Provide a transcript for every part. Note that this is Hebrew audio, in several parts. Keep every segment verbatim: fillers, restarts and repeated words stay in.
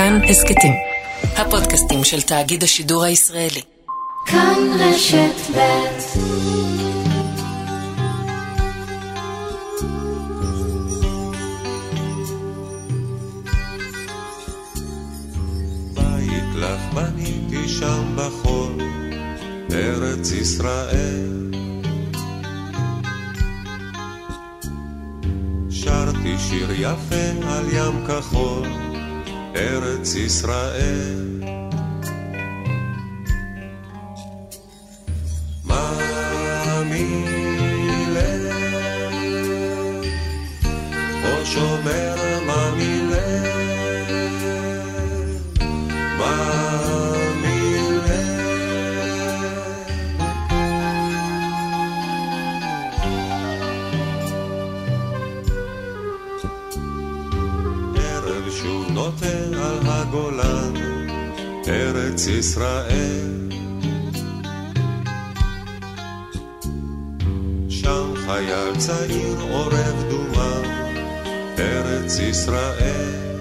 כאן הסקטים, הפודקאסטים של תאגיד השידור הישראלי. כאן רשת ב'. בית לך בניתי שם בחול, ארץ ישראל. שרתי שיר יפה על ים כחול, ארץ ישראל. מאמי לב, או שומר מאמי לב, מאמי לב. ערב שוב נוטה על הגולן, ארץ ישראל. שם חייל צעיר עורב דומה, ארץ ישראל.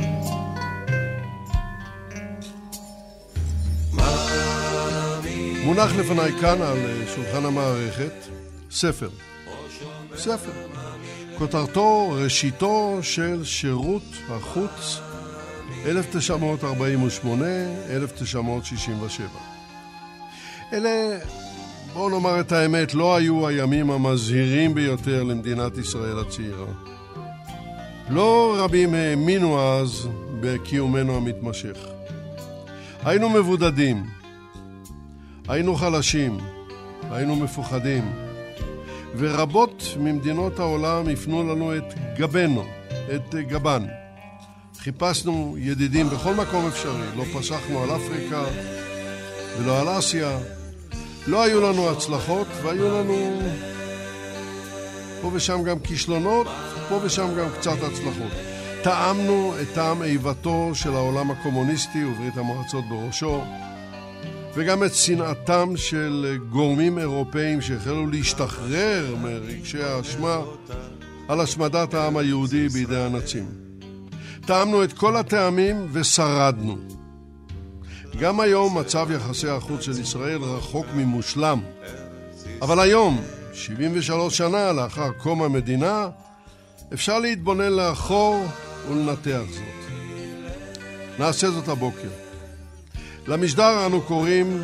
מונח לפני כאן על שולחן המערכת ספר. ספר. כותרתו ראשיתו של שירות החוץ אלף תשע מאות ארבעים ושמונה עד אלף תשע מאות שישים ושבע. אלה, בואו נאמר את האמת, לא היו הימים המזהירים ביותר למדינת ישראל הצעירה. לא רבים האמינו אז בקיומנו המתמשך. היינו מבודדים, היינו חלשים, היינו מפוחדים, ורבות ממדינות העולם הפנו לנו את גבנו, את גבן. חיפשנו ידידים בכל מקום אפשרי, לא פסחנו על אפריקה ולא על אסיה. לא היו לנו הצלחות, והיו לנו פה ושם גם כישלונות, פה ושם גם קצת הצלחות. טעמנו את טעם איבתו של העולם הקומוניסטי וברית המועצות בראשו, וגם את שנאתם של גורמים אירופאים שהחלו להשתחרר מרגשי האשמה על השמדת העם היהודי בידי הנאצים. טעמנו את כל הטעמים ושרדנו. גם היום מצב יחסי החוץ של ישראל רחוק ממושלם. אבל היום, שבעים ושלוש שנה לאחר קום המדינה, אפשר להתבונן לאחור ולנתח זאת. נעשה זאת הבוקר. למשדר אנו קוראים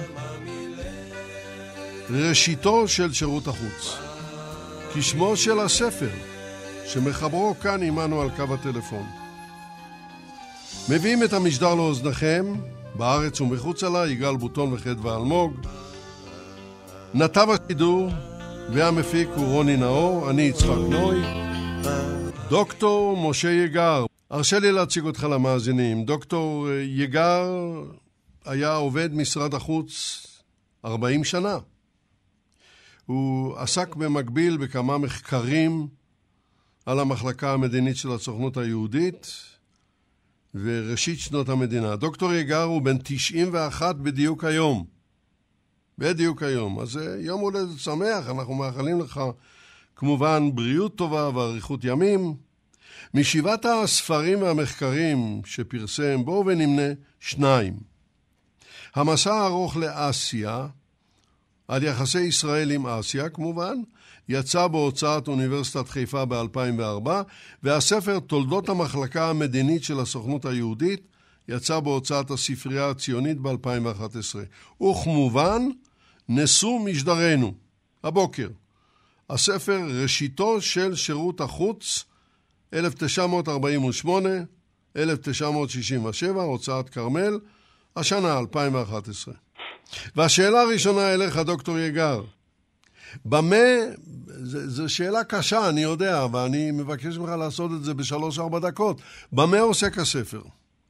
ראשיתו של שירות החוץ, כשמו של הספר שמחברו כאן עמנו על קו הטלפון. מביאים את המשדר לאוזניכם בארץ ומחוץ לה, יגאל בוטון וחדווה אלמוג. נתב השידור והמפיק הוא רוני נאור, אני יצחק נוי. דוקטור משה יגר, הרשה לי להציג אותך למאזינים. דוקטור יגר היה עובד משרד החוץ ארבעים שנה. הוא עסק במקביל בכמה מחקרים על המחלקה המדינית של הסוכנות היהודית וראשית שנות המדינה. דוקטור יגר הוא בן תשעים ואחת בדיוק היום. בדיוק היום. אז יום הולדת שמח, אנחנו מאחלים לך כמובן בריאות טובה ואריכות ימים. משבעת הספרים והמחקרים שפרסם, בואו ונמנה שניים. המסע הארוך לאסיה, על יחסי ישראל עם אסיה כמובן, יצא בהוצאת אוניברסיטת חיפה ב-אלפיים וארבע, והספר תולדות המחלקה המדינית של הסוכנות היהודית יצא בהוצאת הספרייה הציונית ב-אלפיים ואחת עשרה. וכמובן, נשוא משדרנו, הבוקר, הספר ראשיתו של שירות החוץ אלף תשע מאות ארבעים ושמונה עד אלף תשע מאות שישים ושבע, הוצאת כרמל, השנה אלפיים ואחת עשרה. והשאלה הראשונה אליך, דוקטור יגר, במה, זו שאלה קשה, אני יודע, ואני מבקש ממך לעשות את זה בשלוש-ארבע דקות. במה עוסק הספר?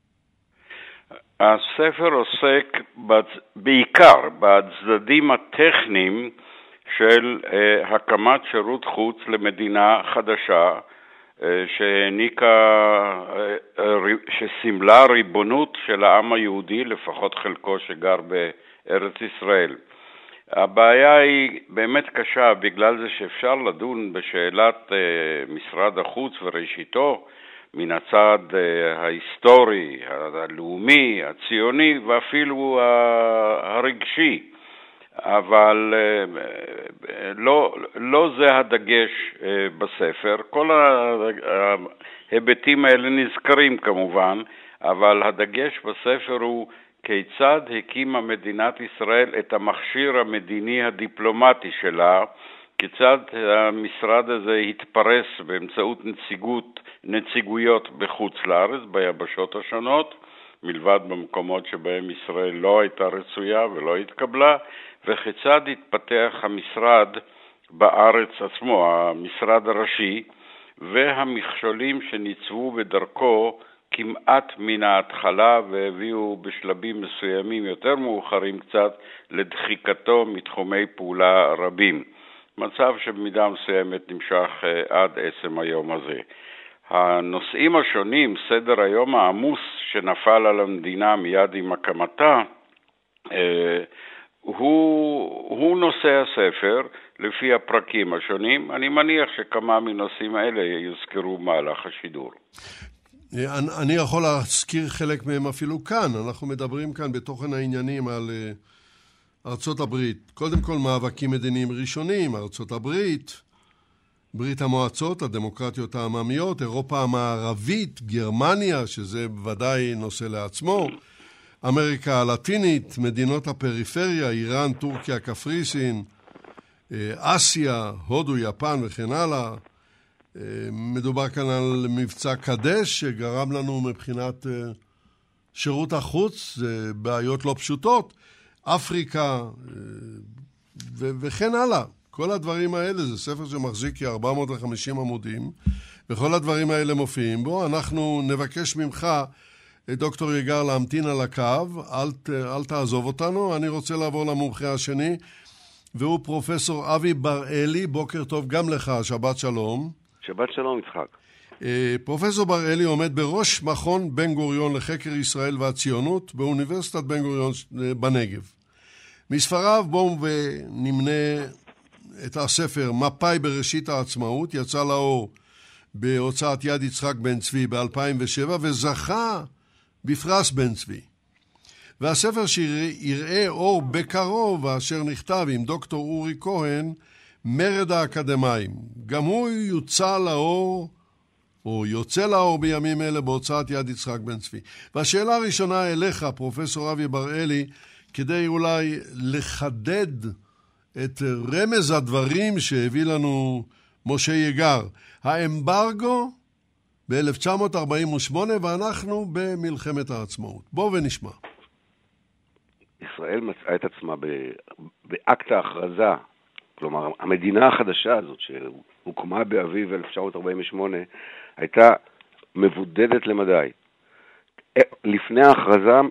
הספר עוסק בעיקר בצדדים הטכניים של uh, הקמת שירות חוץ למדינה חדשה, uh, שהעניקה, uh, uh, שסימלה ריבונות של העם היהודי, לפחות חלקו שגר בארץ ישראל. הבעיה היא באמת קשה בגלל זה שאפשר לדון בשאלת uh, משרד החוץ וראשיתו מן הצד ההיסטורי, הלאומי, הציוני ואפילו הרגשי. אבל לא, לא זה הדגש בספר. כל ההיבטים האלה נזכרים כמובן, אבל הדגש בספר הוא כיצד הקימה מדינת ישראל את המכשיר המדיני הדיפלומטי שלה, כיצד המשרד הזה התפרס באמצעות נציגות, נציגויות בחוץ לארץ, ביבשות השונות, מלבד במקומות שבהם ישראל לא הייתה רצויה ולא התקבלה, וכיצד התפתח המשרד בארץ עצמו, המשרד הראשי, והמכשולים שניצבו בדרכו כמעט מן ההתחלה והביאו בשלבים מסוימים יותר מאוחרים קצת לדחיקתו מתחומי פעולה רבים. מצב שבמידה מסוימת נמשך עד עצם היום הזה. הנושאים השונים, סדר היום העמוס שנפל על המדינה מיד עם הקמתה, הוא, הוא נושא הספר לפי הפרקים השונים. אני מניח שכמה מנושאים האלה יוזכרו במהלך השידור. אני יכול להזכיר חלק מהם אפילו כאן. אנחנו מדברים כאן בתוכן העניינים על ארצות הברית. קודם כל מאבקים מדיניים ראשונים, ארצות הברית, ברית המועצות, הדמוקרטיות העממיות, אירופה המערבית, גרמניה, שזה ודאי נושא לעצמו, אמריקה הלטינית, מדינות הפריפריה, איראן, טורקיה, קפריסין, אסיה, הודו, יפן וכן הלאה. מדובר כאן על מבצע קדש שגרם לנו מבחינת שירות החוץ, זה בעיות לא פשוטות, אפריקה ו- וכן הלאה. כל הדברים האלה, זה ספר שמחזיק כ-ארבע מאות וחמישים עמודים, וכל הדברים האלה מופיעים בו. אנחנו נבקש ממך, דוקטור יגר, להמתין על הקו, אל, אל תעזוב אותנו. אני רוצה לעבור למומחה השני, והוא פרופסור אבי בר-אלי. בוקר טוב גם לך, שבת שלום. שבת שלום, יצחק. פרופסור בר-אלי עומד בראש מכון בן גוריון לחקר ישראל והציונות באוניברסיטת בן גוריון בנגב. מספריו בואו ונמנה את הספר מפאי בראשית העצמאות, יצא לאור בהוצאת יד יצחק בן צבי ב-אלפיים ושבע וזכה בפרס בן צבי. והספר שיראה אור בקרוב אשר נכתב עם דוקטור אורי כהן, מרד האקדמיים. גם הוא יוצא לאור, או יוצא לאור בימים אלה בהוצאת יד יצחק בן צבי. והשאלה הראשונה אליך, פרופסור אבי בר-אלי, כדי אולי לחדד את רמז הדברים שהביא לנו משה יגר. האמברגו ב-אלף תשע מאות ארבעים ושמונה ואנחנו במלחמת העצמאות. בואו ונשמע. ישראל מצאה את עצמה באקט ההכרזה, כלומר המדינה החדשה הזאת שהוקמה באביב אלף תשע מאות ארבעים ושמונה הייתה מבודדת למדי. לפני ההכרזה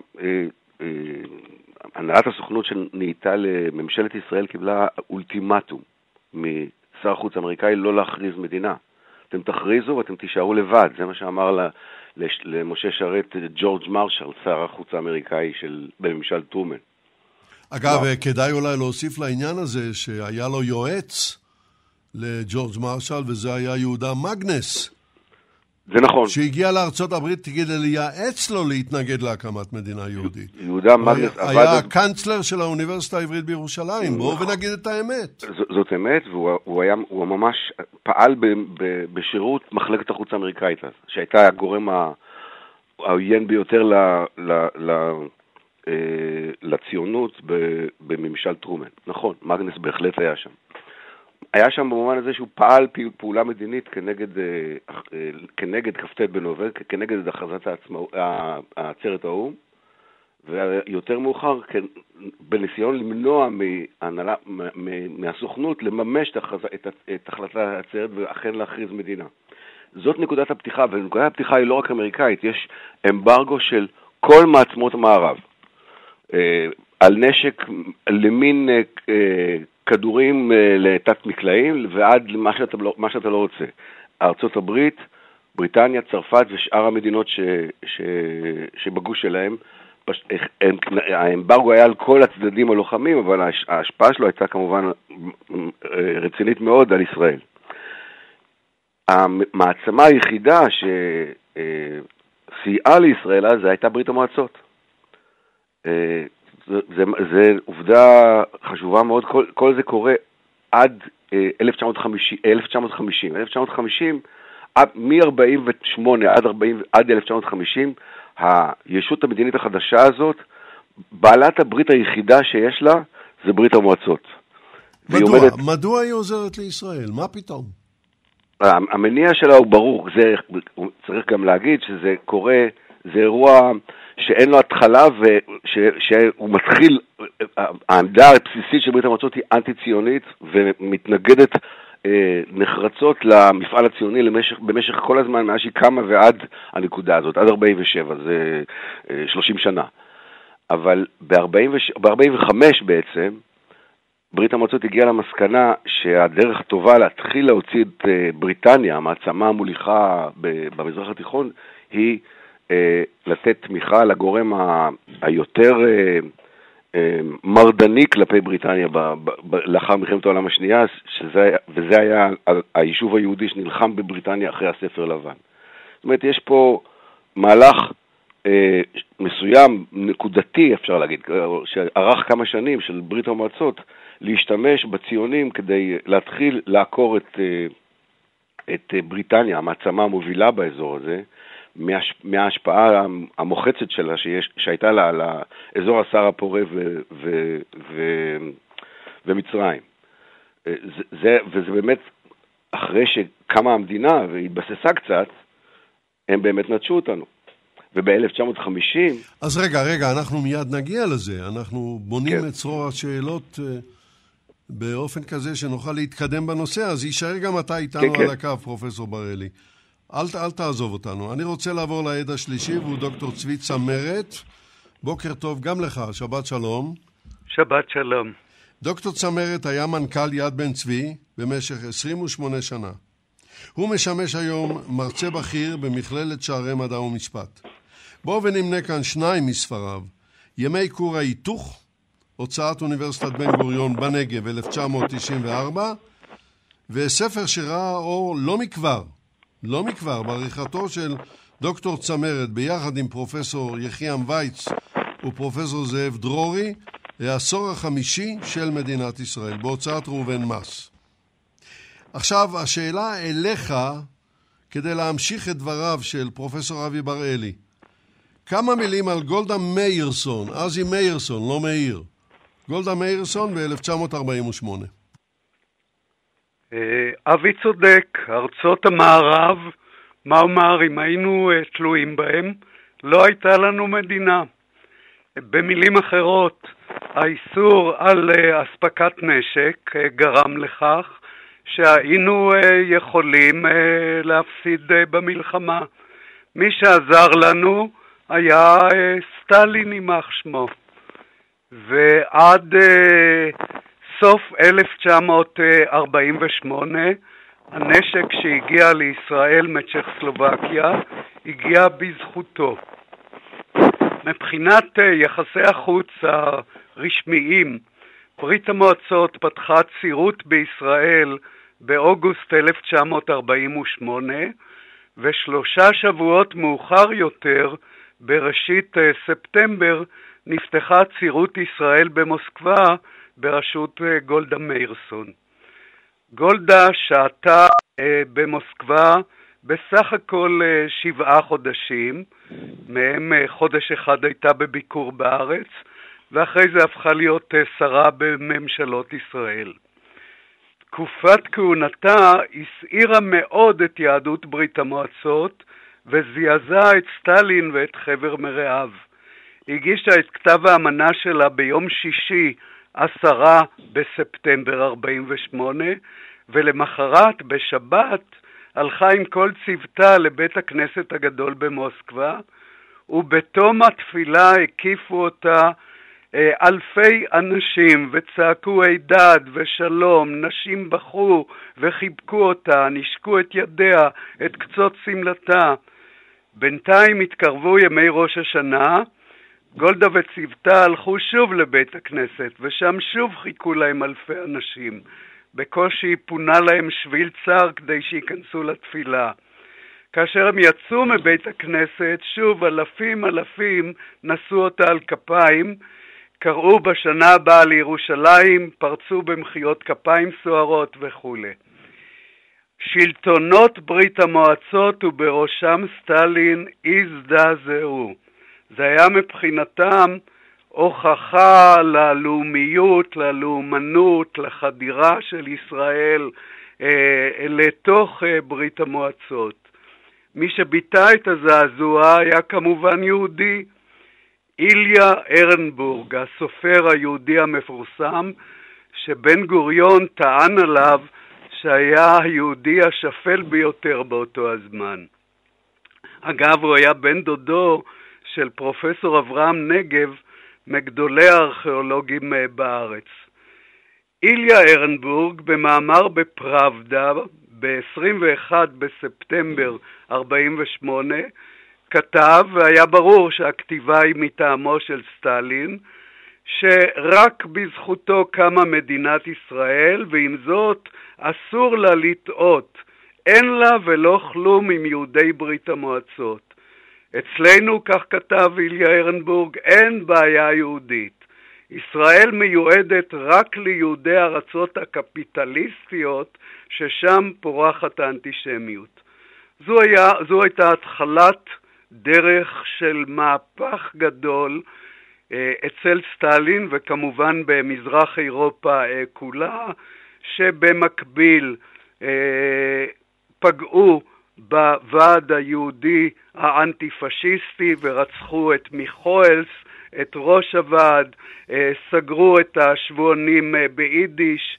הנהלת הסוכנות שנהייתה לממשלת ישראל קיבלה אולטימטום משר החוץ האמריקאי לא להכריז מדינה. אתם תכריזו ואתם תישארו לבד. זה מה שאמר למשה שרת ג'ורג' מרשל, שר החוץ האמריקאי של בממשל טרומן. אגב, לא. כדאי אולי להוסיף לעניין הזה שהיה לו יועץ לג'ורג' מרשל, וזה היה יהודה מגנס. זה נכון. שהגיע לארצות הברית כדי לייעץ לו להתנגד להקמת מדינה יהודית. יהודה מגנס עבד... היה הקנצלר של האוניברסיטה העברית בירושלים. בואו ונגיד את האמת. זאת אמת, והוא היה, הוא ממש פעל ב, ב, בשירות מחלקת החוץ האמריקאית, שהייתה הגורם העוין ביותר ל, ל, ל, לציונות בממשל טרומן. נכון, מגנס בהחלט היה שם. היה שם במובן הזה שהוא פעל פעולה מדינית כנגד, כנגד כ"ט בנובמבר, כנגד הכרזת העצרת האו"ם, ויותר מאוחר בניסיון למנוע מהנהלה, מהסוכנות לממש את החלטת העצרת ואכן להכריז מדינה. זאת נקודת הפתיחה, ונקודת הפתיחה היא לא רק אמריקאית, יש אמברגו של כל מעצמות המערב על נשק למין כדורים לתת מקלעים ועד למה שאתה לא, מה שאתה לא רוצה. ארצות הברית, בריטניה, צרפת ושאר המדינות ש, ש, שבגוש שלהם, האמברגו היה על כל הצדדים הלוחמים, אבל ההשפעה שלו הייתה כמובן רצינית מאוד על ישראל. המעצמה היחידה ש, סייעה לישראל אז, זה הייתה ברית המועצות. זה, זה, זה עובדה חשובה מאוד, כל, כל זה קורה עד אלף תשע מאות חמישים, אלף תשע מאות חמישים, אלף תשע מאות חמישים, מ-ארבעים ושמונה עד, ארבעים, עד אלף תשע מאות חמישים, הישות המדינית החדשה הזאת, בעלת הברית היחידה שיש לה, זה ברית המועצות. מדוע? עומדת... מדוע היא עוזרת לישראל? מה פתאום? המניע שלה הוא ברור, זה, צריך גם להגיד שזה קורה, זה אירוע שאין לו התחלה ושהוא מתחיל, העמדה הבסיסית של ברית המועצות היא אנטי-ציונית ומתנגדת אה, נחרצות למפעל הציוני למשך, במשך כל הזמן מאז שהיא קמה ועד הנקודה הזאת, עד ארבעים ושבע, זה אה, שלושים שנה. אבל ב-ארבעים וחמש בעצם, ברית המועצות הגיעה למסקנה שהדרך הטובה להתחיל להוציא את בריטניה, המעצמה המוליכה במזרח התיכון, היא לתת תמיכה לגורם היותר מרדני כלפי בריטניה לאחר מלחמת העולם השנייה, שזה, וזה היה היישוב היהודי שנלחם בבריטניה אחרי הספר לבן. זאת אומרת, יש פה מהלך מסוים, נקודתי אפשר להגיד, שערך כמה שנים של ברית המועצות, להשתמש בציונים כדי להתחיל לעקור את, את בריטניה, המעצמה המובילה באזור הזה, מההשפעה המוחצת שלה שיש, שהייתה לה על האזור הסהר הפורה ו, ו, ו, ומצרים. זה, זה, וזה באמת, אחרי שקמה המדינה והתבססה קצת, הם באמת נטשו אותנו. וב-אלף תשע מאות וחמישים... אז רגע, רגע, אנחנו מיד נגיע לזה. אנחנו בונים כן. את צרור השאלות באופן כזה שנוכל להתקדם בנושא, אז יישאר גם אתה איתנו כן, על כן. הקו, פרופסור בראלי. אל, אל תעזוב אותנו. אני רוצה לעבור לעד השלישי, והוא דוקטור צבי צמרת. בוקר טוב גם לך, שבת שלום. שבת שלום. דוקטור צמרת היה מנכ"ל יד בן צבי במשך עשרים ושמונה שנה. הוא משמש היום מרצה בכיר במכללת שערי מדע ומשפט. בואו ונמנה כאן שניים מספריו. ימי כור ההיתוך, הוצאת אוניברסיטת בן גוריון בנגב אלף תשע מאות תשעים וארבע, וספר שראה אור לא מכבר, לא מכבר, בעריכתו של דוקטור צמרת ביחד עם פרופסור יחיעם וייץ ופרופסור זאב דרורי, העשור החמישי של מדינת ישראל, בהוצאת ראובן מס. עכשיו, השאלה אליך, כדי להמשיך את דבריו של פרופסור אבי בראלי. כמה מילים על גולדה מאירסון, אז היא מאירסון, לא מאיר. גולדה מאירסון ב-אלף תשע מאות ארבעים ושמונה. אבי צודק, ארצות המערב, מה אומר, אם היינו תלויים בהם, לא הייתה לנו מדינה. במילים אחרות, האיסור על אספקת נשק גרם לכך שהיינו יכולים להפסיד במלחמה. מי שעזר לנו היה סטלין יימח שמו. ועד סוף אלף תשע מאות ארבעים ושמונה הנשק שהגיע לישראל מצ'כוסלובקיה הגיע בזכותו. מבחינת יחסי החוץ הרשמיים, ברית המועצות פתחה צירות בישראל באוגוסט אלף תשע מאות ארבעים ושמונה, ושלושה שבועות מאוחר יותר, בראשית ספטמבר, נפתחה צירות ישראל במוסקבה בראשות גולדה מאירסון. גולדה שעתה במוסקבה בסך הכל שבעה חודשים, מהם חודש אחד הייתה בביקור בארץ, ואחרי זה הפכה להיות שרה בממשלות ישראל. תקופת כהונתה הסעירה מאוד את יהדות ברית המועצות, וזעזעה את סטלין ואת חבר מרעיו. היא הגישה את כתב האמנה שלה ביום שישי, עשרה בספטמבר ארבעים ושמונה, ולמחרת בשבת הלכה עם כל צוותה לבית הכנסת הגדול במוסקבה, ובתום התפילה הקיפו אותה אלפי אנשים וצעקו הידד ושלום, נשים בכו וחיבקו אותה, נשקו את ידיה, את קצות סמלתה. בינתיים התקרבו ימי ראש השנה, גולדה וצוותה הלכו שוב לבית הכנסת, ושם שוב חיכו להם אלפי אנשים. בקושי פונה להם שביל צר כדי שיכנסו לתפילה. כאשר הם יצאו מבית הכנסת, שוב אלפים אלפים נשאו אותה על כפיים, קראו בשנה הבאה לירושלים, פרצו במחיאות כפיים סוערות וכו'. שלטונות ברית המועצות ובראשם סטלין הזדעזעו. זה היה מבחינתם הוכחה ללאומיות, ללאומנות, לחדירה של ישראל אה, לתוך אה, ברית המועצות. מי שביטא את הזעזוע היה כמובן יהודי, איליה ארנבורג, הסופר היהודי המפורסם, שבן גוריון טען עליו שהיה היהודי השפל ביותר באותו הזמן. אגב, הוא היה בן דודו של פרופסור אברהם נגב, מגדולי הארכיאולוגים בארץ. איליה ארנבורג במאמר בפראבדה ב-עשרים ואחד בספטמבר ארבעים ושמונה כתב, והיה ברור שהכתיבה היא מטעמו של סטלין, שרק בזכותו קמה מדינת ישראל, ועם זאת אסור לה לטעות, אין לה ולא כלום עם יהודי ברית המועצות. אצלנו, כך כתב איליה ארנבורג, אין בעיה יהודית. ישראל מיועדת רק ליהודי הארצות הקפיטליסטיות, ששם פורחת האנטישמיות. זו, היה, זו הייתה התחלת דרך של מהפך גדול אה, אצל סטלין, וכמובן במזרח אירופה אה, כולה, שבמקביל אה, פגעו בוועד היהודי האנטי-פשיסטי ורצחו את מיכואלס, את ראש הוועד, סגרו את השבועונים ביידיש,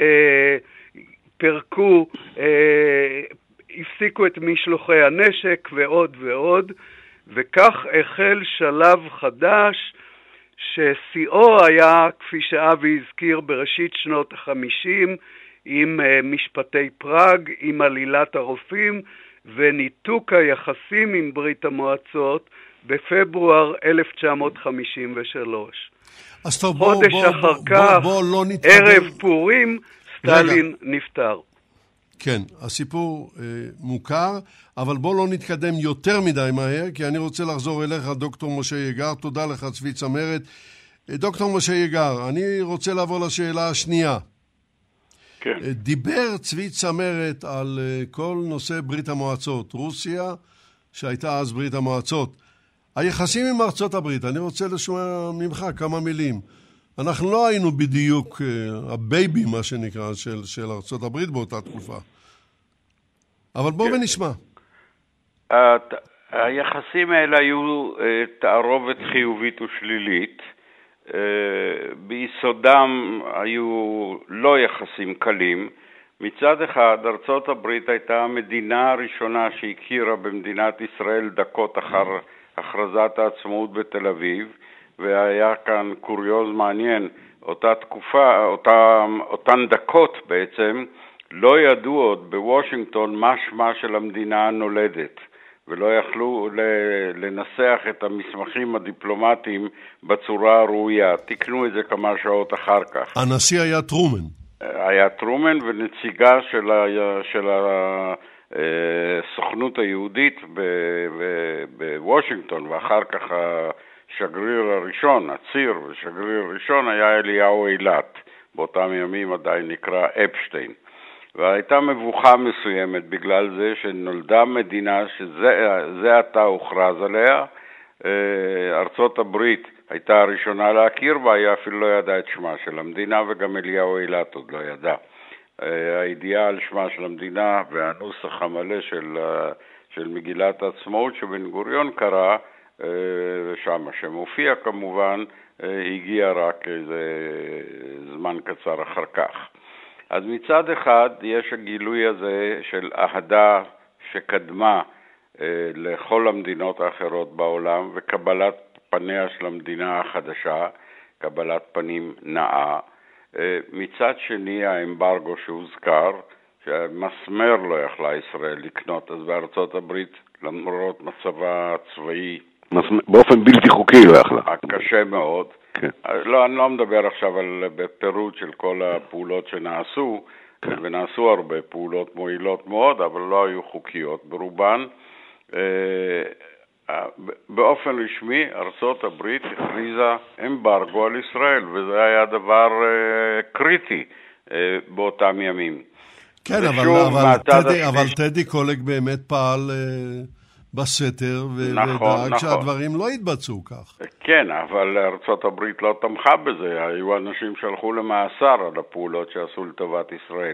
פרקו, הפסיקו את משלוחי הנשק ועוד ועוד, וכך החל שלב חדש ששיאו היה, כפי שאבי הזכיר, בראשית שנות החמישים, עם משפטי פראג, עם עלילת הרופאים, וניתוק היחסים עם ברית המועצות בפברואר אלף תשע מאות חמישים ושלוש. אז טוב, חודש בוא, אחר בוא, כך, בוא, בוא לא נתקדם. ערב פורים, סטלין רגע. נפטר. כן, הסיפור אה, מוכר, אבל בוא לא נתקדם יותר מדי מהר, כי אני רוצה לחזור אליך, דוקטור משה יגר. תודה לך, צבי צמרת. דוקטור משה יגר, אני רוצה לעבור לשאלה השנייה. כן. דיבר צבי צמרת על כל נושא ברית המועצות, רוסיה, שהייתה אז ברית המועצות. היחסים עם ארצות הברית, אני רוצה לשמוע ממך כמה מילים. אנחנו לא היינו בדיוק הבייבי, מה שנקרא, של, של ארצות הברית באותה תקופה. אבל בואו כן. ונשמע. היחסים האלה היו תערובת חיובית ושלילית. ביסודם היו לא יחסים קלים. מצד אחד, ארצות הברית הייתה המדינה הראשונה שהכירה במדינת ישראל דקות אחר הכרזת העצמאות בתל אביב, והיה כאן קוריוז מעניין. אותה תקופה, אותה, אותן דקות בעצם, לא ידעו עוד בוושינגטון מה שמה של המדינה הנולדת, ולא יכלו לנסח את המסמכים הדיפלומטיים בצורה הראויה. תקנו את זה כמה שעות אחר כך. הנשיא היה טרומן. היה טרומן ונציגה של, ה, של הסוכנות היהודית בוושינגטון, ואחר כך השגריר הראשון, הציר ושגריר הראשון היה אליהו אילת. באותם ימים עדיין נקרא אפשטיין. והייתה מבוכה מסוימת בגלל זה שנולדה מדינה שזה עתה הוכרז עליה. ארצות הברית הייתה הראשונה להכיר בה, היא אפילו לא ידעה את שמה של המדינה, וגם אליהו אילת עוד לא ידע. הידיעה על שמה של המדינה והנוסח המלא של, של מגילת העצמאות שבן גוריון קרא, שם שמופיע כמובן, הגיע רק איזה זמן קצר אחר כך. אז מצד אחד יש הגילוי הזה של אהדה שקדמה אה, לכל המדינות האחרות בעולם, וקבלת פניה של המדינה החדשה, קבלת פנים נאה. אה, מצד שני האמברגו שהוזכר, שמסמר לא יכלה ישראל לקנות, אז בארצות הברית למרות מצבה הצבאי, באופן בלתי חוקי לא יכלה. קשה מאוד. כן. לא, אני לא מדבר עכשיו על בפירוט של כל הפעולות שנעשו, כן. ונעשו הרבה פעולות מועילות מאוד, אבל לא היו חוקיות ברובן. באופן רשמי, ארצות הברית הכריזה אמברגו על ישראל, וזה היה דבר קריטי באותם ימים. כן, אבל, אבל, טדי, אבל טדי קולק באמת פעל בסתר, נכון, ודאג נכון. שהדברים לא יתבצעו כך. כן, אבל ארצות הברית לא תמכה בזה, היו אנשים שהלכו למאסר על הפעולות שעשו לטובת ישראל.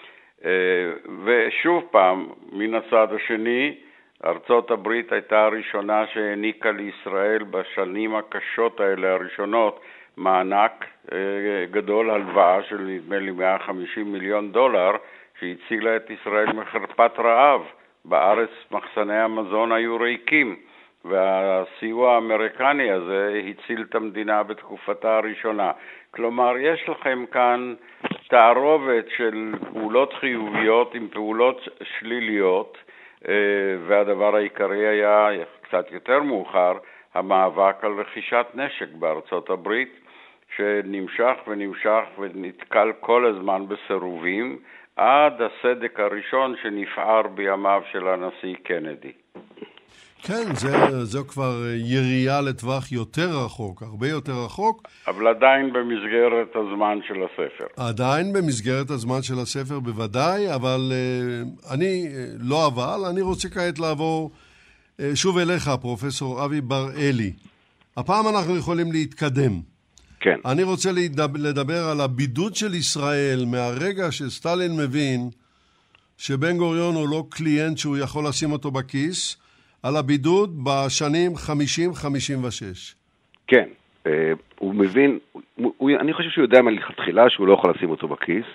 ושוב פעם, מן הצד השני, ארצות הברית הייתה הראשונה שהעניקה לישראל בשנים הקשות האלה הראשונות מענק גדול, הלוואה של נדמה לי מאה וחמישים מיליון דולר, שהצילה את ישראל מחרפת רעב. בארץ מחסני המזון היו ריקים, והסיוע האמריקני הזה הציל את המדינה בתקופתה הראשונה. כלומר, יש לכם כאן תערובת של פעולות חיוביות עם פעולות שליליות, והדבר העיקרי היה קצת יותר מאוחר, המאבק על רכישת נשק בארצות הברית, שנמשך ונמשך ונתקל כל הזמן בסירובים, עד הסדק הראשון שנפער בימיו של הנשיא קנדי. כן, זה, זו כבר ירייה לטווח יותר רחוק, הרבה יותר רחוק. אבל עדיין במסגרת הזמן של הספר. עדיין במסגרת הזמן של הספר בוודאי, אבל uh, אני, uh, לא אבל, אני רוצה כעת לעבור uh, שוב אליך, פרופסור אבי בר-אלי. הפעם אנחנו יכולים להתקדם. כן. אני רוצה לדבר על הבידוד של ישראל מהרגע שסטלין מבין שבן גוריון הוא לא קליינט שהוא יכול לשים אותו בכיס, על הבידוד בשנים חמישים חמישים ושש. כן, הוא מבין, הוא, אני חושב שהוא יודע מלכתחילה שהוא לא יכול לשים אותו בכיס,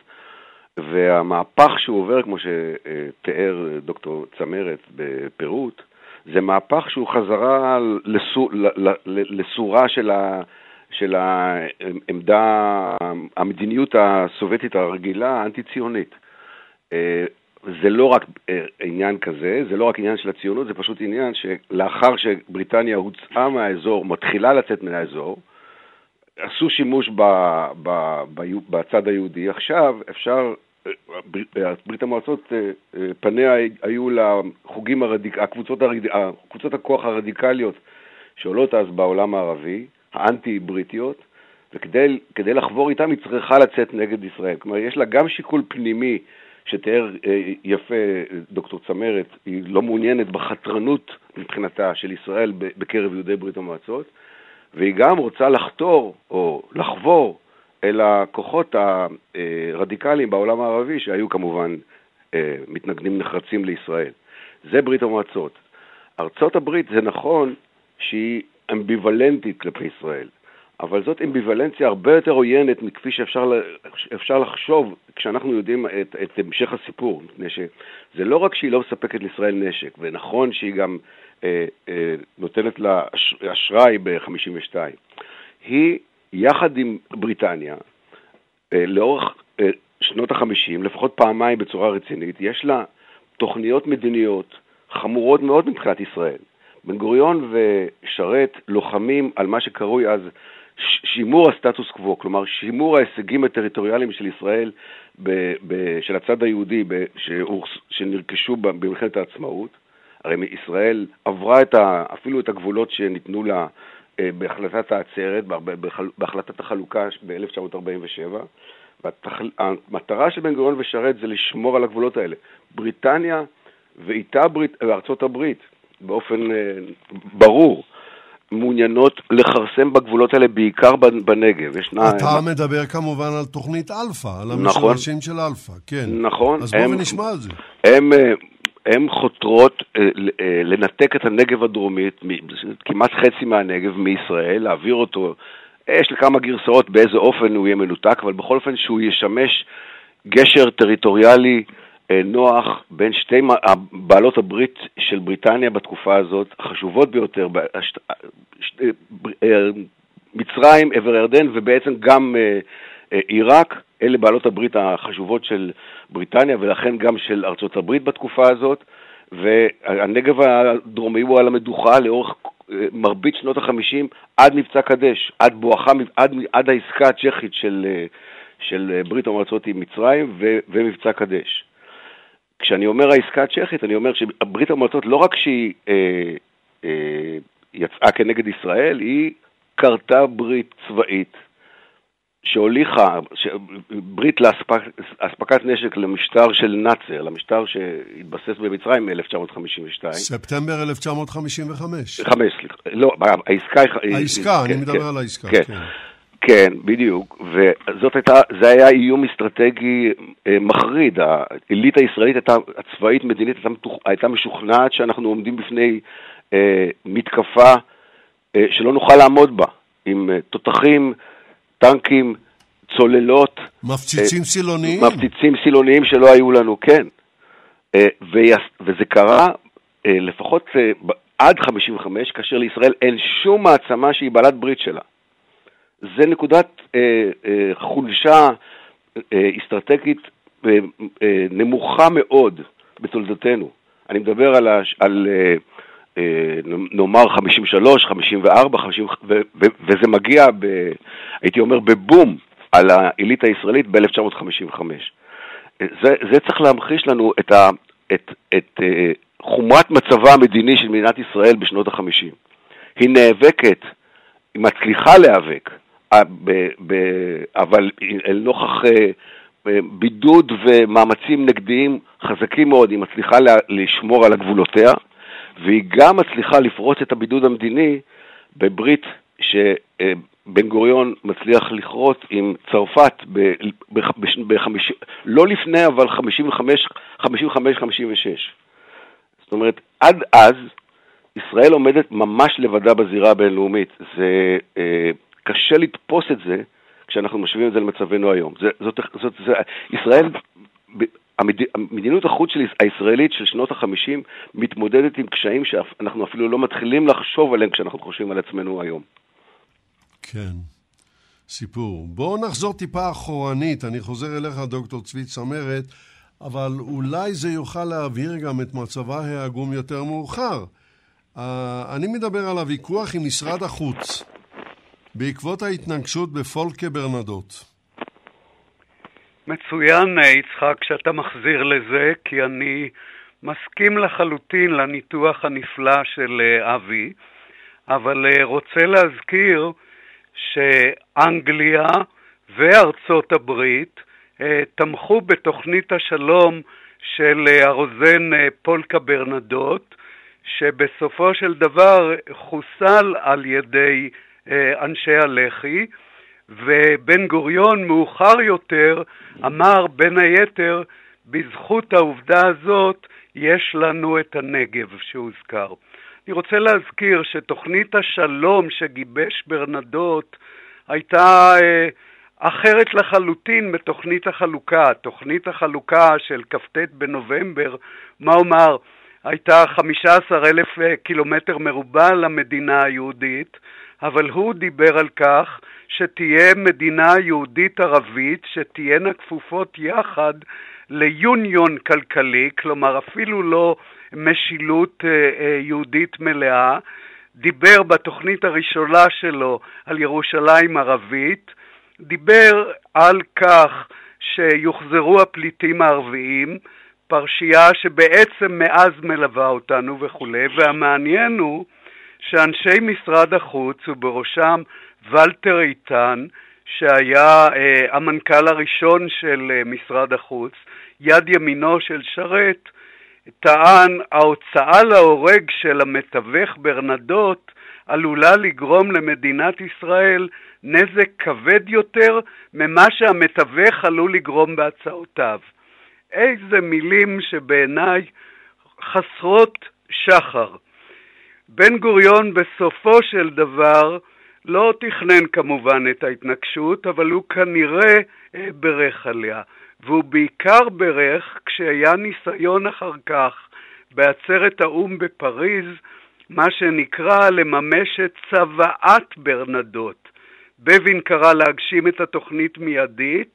והמהפך שהוא עובר, כמו שתיאר דוקטור צמרת בפירוט, זה מהפך שהוא חזרה לסור, לסורה של ה... של העמדה, המדיניות הסובייטית הרגילה, האנטי-ציונית. זה לא רק עניין כזה, זה לא רק עניין של הציונות, זה פשוט עניין שלאחר שבריטניה הוצאה מהאזור, מתחילה לצאת מהאזור, עשו שימוש ב, ב, ב, בצד היהודי. עכשיו אפשר, ברית המועצות פניה היו לחוגים הרדיק, הקבוצות, הרדיק, הקבוצות הכוח הרדיקליות שעולות אז בעולם הערבי, האנטי-בריטיות, וכדי כדי לחבור איתם היא צריכה לצאת נגד ישראל. כלומר, יש לה גם שיקול פנימי שתיאר יפה דוקטור צמרת, היא לא מעוניינת בחתרנות מבחינתה של ישראל בקרב יהודי ברית המועצות, והיא גם רוצה לחתור או לחבור אל הכוחות הרדיקליים בעולם הערבי, שהיו כמובן מתנגדים נחרצים לישראל. זה ברית המועצות. ארצות הברית זה נכון שהיא אמביוולנטית כלפי ישראל, אבל זאת אמביוולנציה הרבה יותר עוינת מכפי שאפשר אפשר לחשוב כשאנחנו יודעים את, את המשך הסיפור, מפני שזה לא רק שהיא לא מספקת לישראל נשק, ונכון שהיא גם אה, אה, נותנת לה אשראי ב-חמישים ושתיים, היא יחד עם בריטניה, אה, לאורך אה, שנות ה-חמישים, לפחות פעמיים בצורה רצינית, יש לה תוכניות מדיניות חמורות מאוד מבחינת ישראל. בן גוריון ושרת לוחמים על מה שקרוי אז שימור הסטטוס קוו, כלומר שימור ההישגים הטריטוריאליים של ישראל, ב, ב, של הצד היהודי ב, שנרכשו במלחמת העצמאות. הרי ישראל עברה את ה, אפילו את הגבולות שניתנו לה בהחלטת העצרת, בהחלטת החלוקה ב-אלף תשע מאות ארבעים ושבע, והמטרה של בן גוריון ושרת זה לשמור על הגבולות האלה. בריטניה ואיתה ברית, וארצות הברית, באופן אה, ברור, מעוניינות לחרסם בגבולות האלה בעיקר בנגב. ישנה, אתה הם... מדבר כמובן על תוכנית אלפא, על נכון, המשרשים של אלפא, כן. נכון. אז בואו ונשמע על זה. הם, הם חותרות אה, אה, לנתק את הנגב הדרומית, כמעט חצי מהנגב מישראל, להעביר אותו, יש לכמה גרסאות באיזה אופן הוא יהיה מנותק, אבל בכל אופן שהוא ישמש גשר טריטוריאלי נוח בין שתי בעלות הברית של בריטניה בתקופה הזאת, החשובות ביותר, מצרים, עבר ירדן ובעצם גם עיראק, אלה בעלות הברית החשובות של בריטניה ולכן גם של ארצות הברית בתקופה הזאת, והנגב הדרומי הוא על המדוכה לאורך מרבית שנות החמישים עד מבצע קדש, עד בואכה, עד, עד העסקה הצ'כית של של ברית המועצות עם מצרים ו- ומבצע קדש. כשאני אומר העסקה הצ'כית, אני אומר שברית המועצות לא רק שהיא אה, אה, יצאה כנגד ישראל, היא קרתה ברית צבאית שהוליכה, ש... ברית להספקת נשק למשטר של נאצר, למשטר שהתבסס במצרים מ-אלף תשע מאות חמישים ושתיים. ספטמבר אלף תשע מאות חמישים וחמש. חמש, סליחה. לא, העסקה... העסקה, אני כן, מדבר כן, על העסקה. כן, כן. כן, בדיוק. וזאת הייתה, זה היה איום אסטרטגי אה, מחריד. האליטה הישראלית הייתה, הצבאית מדינית הייתה, הייתה משוכנעת שאנחנו עומדים בפני אה, מתקפה אה, שלא נוכל לעמוד בה, עם אה, תותחים, טנקים, צוללות. מפציצים סילוניים. מפציצים סילוניים שלא היו לנו, כן. וזה קרה לפחות עד חמישים וחמש, כאשר לישראל אין שום מעצמה שהיא בעלת ברית שלה. זה נקודת חולשה אסטרטגית נמוכה מאוד בתולדותינו. אני מדבר על, על נאמר חמישים ושלוש, חמישים וארבע, חמישים, ו, ו, וזה מגיע, ב, הייתי אומר, בבום על האליטה הישראלית ב-אלף תשע מאות חמישים וחמש. זה, זה צריך להמחיש לנו את, ה, את, את חומרת מצבה המדיני של מדינת ישראל בשנות ה-חמישים. היא נאבקת, היא מצליחה להיאבק, ב, ב, אבל אל נוכח בידוד ומאמצים נגדיים חזקים מאוד, היא מצליחה לשמור על הגבולותיה, והיא גם מצליחה לפרוץ את הבידוד המדיני בברית שבן גוריון מצליח לכרות עם צרפת בחמישים, לא לפני אבל חמישים וחמש, חמישים וחמש, חמישים ושש. זאת אומרת, עד אז ישראל עומדת ממש לבדה בזירה הבינלאומית. זה קשה לתפוס את זה כשאנחנו משווים את זה למצבנו היום. זה, זאת, זאת, זה, ישראל, המדיניות החוץ של הישראלית של שנות החמישים מתמודדת עם קשיים שאנחנו אפילו לא מתחילים לחשוב עליהם כשאנחנו חושבים על עצמנו היום. כן, סיפור. בואו נחזור טיפה אחורנית. אני חוזר אליך, דוקטור צבי צמרת, אבל אולי זה יוכל להעביר גם את מצבה העגום יותר מאוחר. Uh, אני מדבר על הוויכוח עם משרד החוץ בעקבות ההתנגשות בפולקה ברנדוט. מצוין, יצחק, שאתה מחזיר לזה, כי אני מסכים לחלוטין לניתוח הנפלא של אבי, אבל רוצה להזכיר שאנגליה וארצות הברית תמכו בתוכנית השלום של הרוזן פולקה ברנדוט, שבסופו של דבר חוסל על ידי אנשי הלח"י, ובן גוריון מאוחר יותר אמר בין היתר, בזכות העובדה הזאת יש לנו את הנגב שהוזכר. אני רוצה להזכיר שתוכנית השלום שגיבש ברנדוט הייתה אה, אחרת לחלוטין בתוכנית החלוקה. תוכנית החלוקה של כ"ט בנובמבר, מה אומר, הייתה חמישה עשר אלף קילומטר מרובע למדינה היהודית, אבל הוא דיבר על כך שתהיה מדינה יהודית ערבית שתהיינה כפופות יחד ליוניון כלכלי, כלומר אפילו לא משילות יהודית מלאה. דיבר בתוכנית הראשונה שלו על ירושלים ערבית, דיבר על כך שיוחזרו הפליטים הערביים, פרשייה שבעצם מאז מלווה אותנו וכו'. והמעניין הוא שאנשי משרד החוץ ובראשם ולטר איתן, שהיה אה, המנכ"ל הראשון של אה, משרד החוץ, יד ימינו של שרת, טען ההוצאה להורג של המתווך ברנדוט עלולה לגרום למדינת ישראל נזק כבד יותר ממה שהמתווך עלול לגרום בהצעותיו. איזה מילים שבעיניי חסרות שחר. בן גוריון בסופו של דבר לא תכנן כמובן את ההתנגשות, אבל הוא כנראה ברך עליה. והוא בעיקר ברך כשהיה ניסיון אחר כך בעצרת האום בפריז, מה שנקרא לממש את צוואת ברנדוט. בבין קרא להגשים את התוכנית מיידית,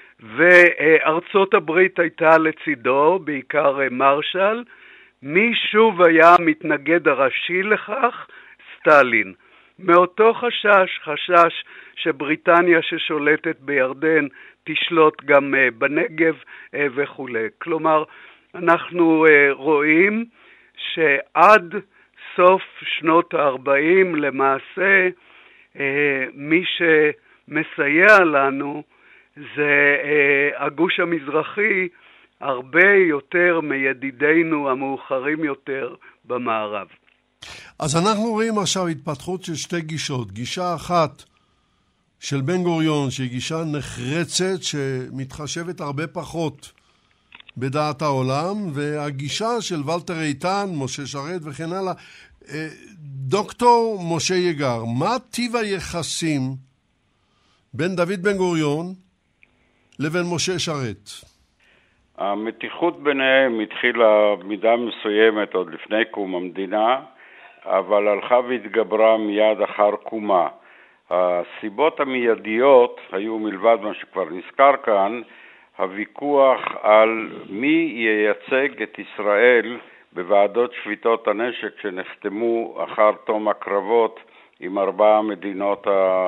וארצות הברית הייתה לצידו, בעיקר מרשל. מי שוב היה המתנגד הראשי לכך? סטלין. מאותו חשש, חשש שבריטניה ששולטת בירדן תשלוט גם בנגב וכו'. כלומר, אנחנו רואים שעד סוף שנות ה-ארבעים למעשה מי שמסייע לנו זה הגוש המזרחי הרבה יותר מידידינו המאוחרים יותר במערב. אז אנחנו רואים עכשיו התפתחות של שתי גישות. גישה אחת של בן גוריון שהיא גישה נחרצת שמתחשבת הרבה פחות בדעת העולם, והגישה של ולטר איתן, משה שרת וכן הלאה. דוקטור משה יגר, מה טיב היחסים בין דוד בן גוריון לבין משה שרת? המתיחות ביניהם התחילה מידה מסוימת עוד לפני קום המדינה, אבל הלכה והתגברה מיד אחר קומה. הסיבות המיידיות היו מלבד מה שכבר נזכר כאן, הוויכוח על מי ייצג את ישראל בוועדות שביתות הנשק שנחתמו אחר תום הקרבות עם ארבע המדינות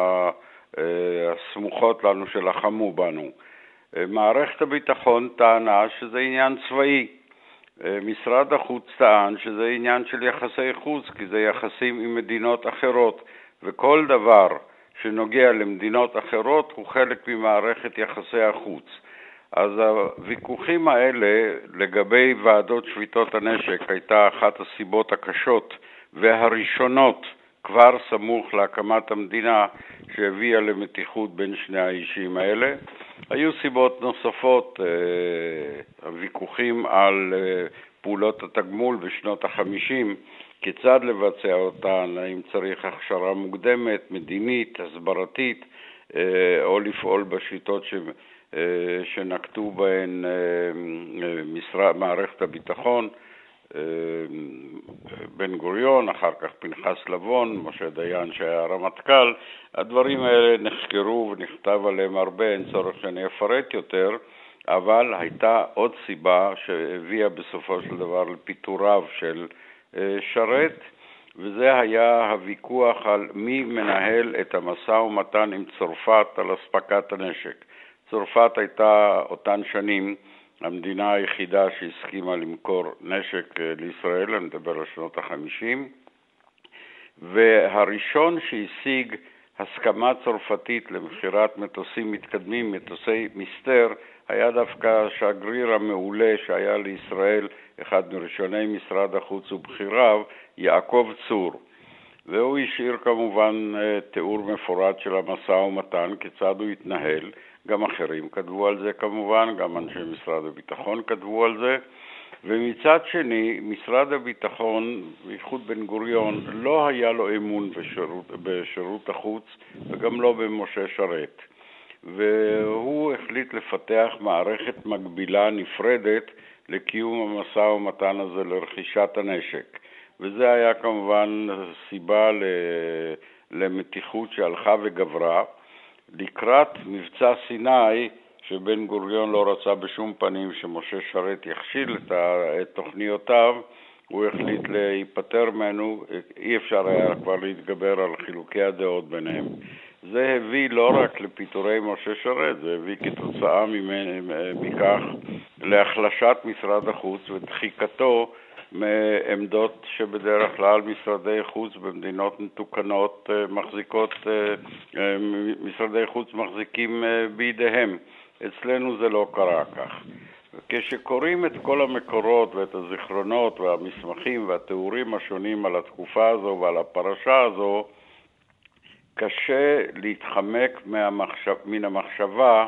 הסמוכות לנו שלחמו בנו. מערכת הביטחון טענה שזה עניין צבאי. משרד החוץ טען שזה עניין של יחסי חוץ, כי זה יחסים עם מדינות אחרות, וכל דבר שנוגע למדינות אחרות הוא חלק ממערכת יחסי החוץ. אז הוויכוחים האלה לגבי ועדות שביתות הנשק הייתה אחת הסיבות הקשות והראשונות כבר סמוך להקמת המדינה שהביאה למתיחות בין שני האישים האלה. היו סיבות נוספות, הוויכוחים על פעולות התגמול בשנות החמישים, כיצד לבצע אותן, האם צריך הכשרה מוקדמת, מדינית, הסברתית, או לפעול בשיטות ש... שנקטו בהן משרד, מערכת הביטחון, בן גוריון, אחר כך פנחס לבון, משה דיין שהיה רמטכ"ל. הדברים האלה נחקרו ונכתב עליהם הרבה, אין צורך שאני אפרט יותר, אבל הייתה עוד סיבה שהביאה בסופו של דבר לפיטוריו של שרת, וזה היה הוויכוח על מי מנהל את המשא ומתן עם צרפת על הספקת הנשק. צרפת הייתה אותן שנים המדינה היחידה שהסכימה למכור נשק לישראל, אני מדבר על שנות החמישים, והראשון שהשיג הסכמה צרפתית למכירת מטוסים מתקדמים, מטוסי מיסטר, היה דווקא השגריר המעולה שהיה לישראל, אחד מראשוני משרד החוץ ובחיריו, יעקב צור. והוא השאיר כמובן תיאור מפורט של המשא ומתן, כיצד הוא התנהל. גם אחרים כתבו על זה כמובן, גם אנשי משרד הביטחון כתבו על זה. ומצד שני, משרד הביטחון, בייחוד בן גוריון, לא היה לו אמון בשירות, בשירות החוץ וגם לא במשה שרת. והוא החליט לפתח מערכת מקבילה נפרדת לקיום המשא ומתן הזה לרכישת הנשק. וזה היה כמובן סיבה למתיחות שהלכה וגברה. לקראת מבצע סיני, שבן גוריון לא רצה בשום פנים שמשה שרת יכשיל את תוכניותיו, הוא החליט להיפטר ממנו, אי אפשר היה כבר להתגבר על חילוקי הדעות ביניהם. זה הביא לא רק לפיטורי משה שרת, זה הביא כתוצאה מכך להחלשת משרד החוץ ודחיקתו מעמדות שבדרך כלל משרדי חוץ במדינות מתוקנות מחזיקות, משרדי חוץ מחזיקים בידיהם. אצלנו זה לא קרה כך. כשקוראים את כל המקורות ואת הזיכרונות והמסמכים והתיאורים השונים על התקופה הזו ועל הפרשה הזו, קשה להתחמק מהמחשב, מן המחשבה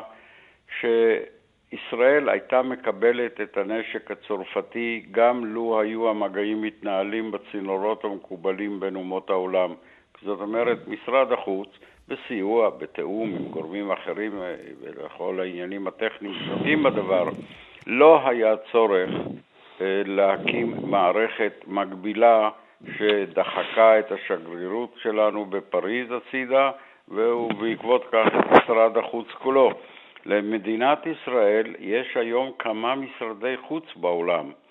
שישראל הייתה מקבלת את הנשק הצרפתי גם לו היו המגעים מתנהלים בצינורות המקובלים בין אומות העולם. זאת אומרת, משרד החוץ בסיוע, בתאום עם גורמים אחרים ולכל העניינים הטכניים שנוגעים בדבר, לא היה צורך להקים מערכת מקבילה שדחקה את השגרירות שלנו בפריז הצידה, ובעקבות כך את משרד החוץ כולו. למדינת ישראל יש היום כמה משרדי חוץ בעולם.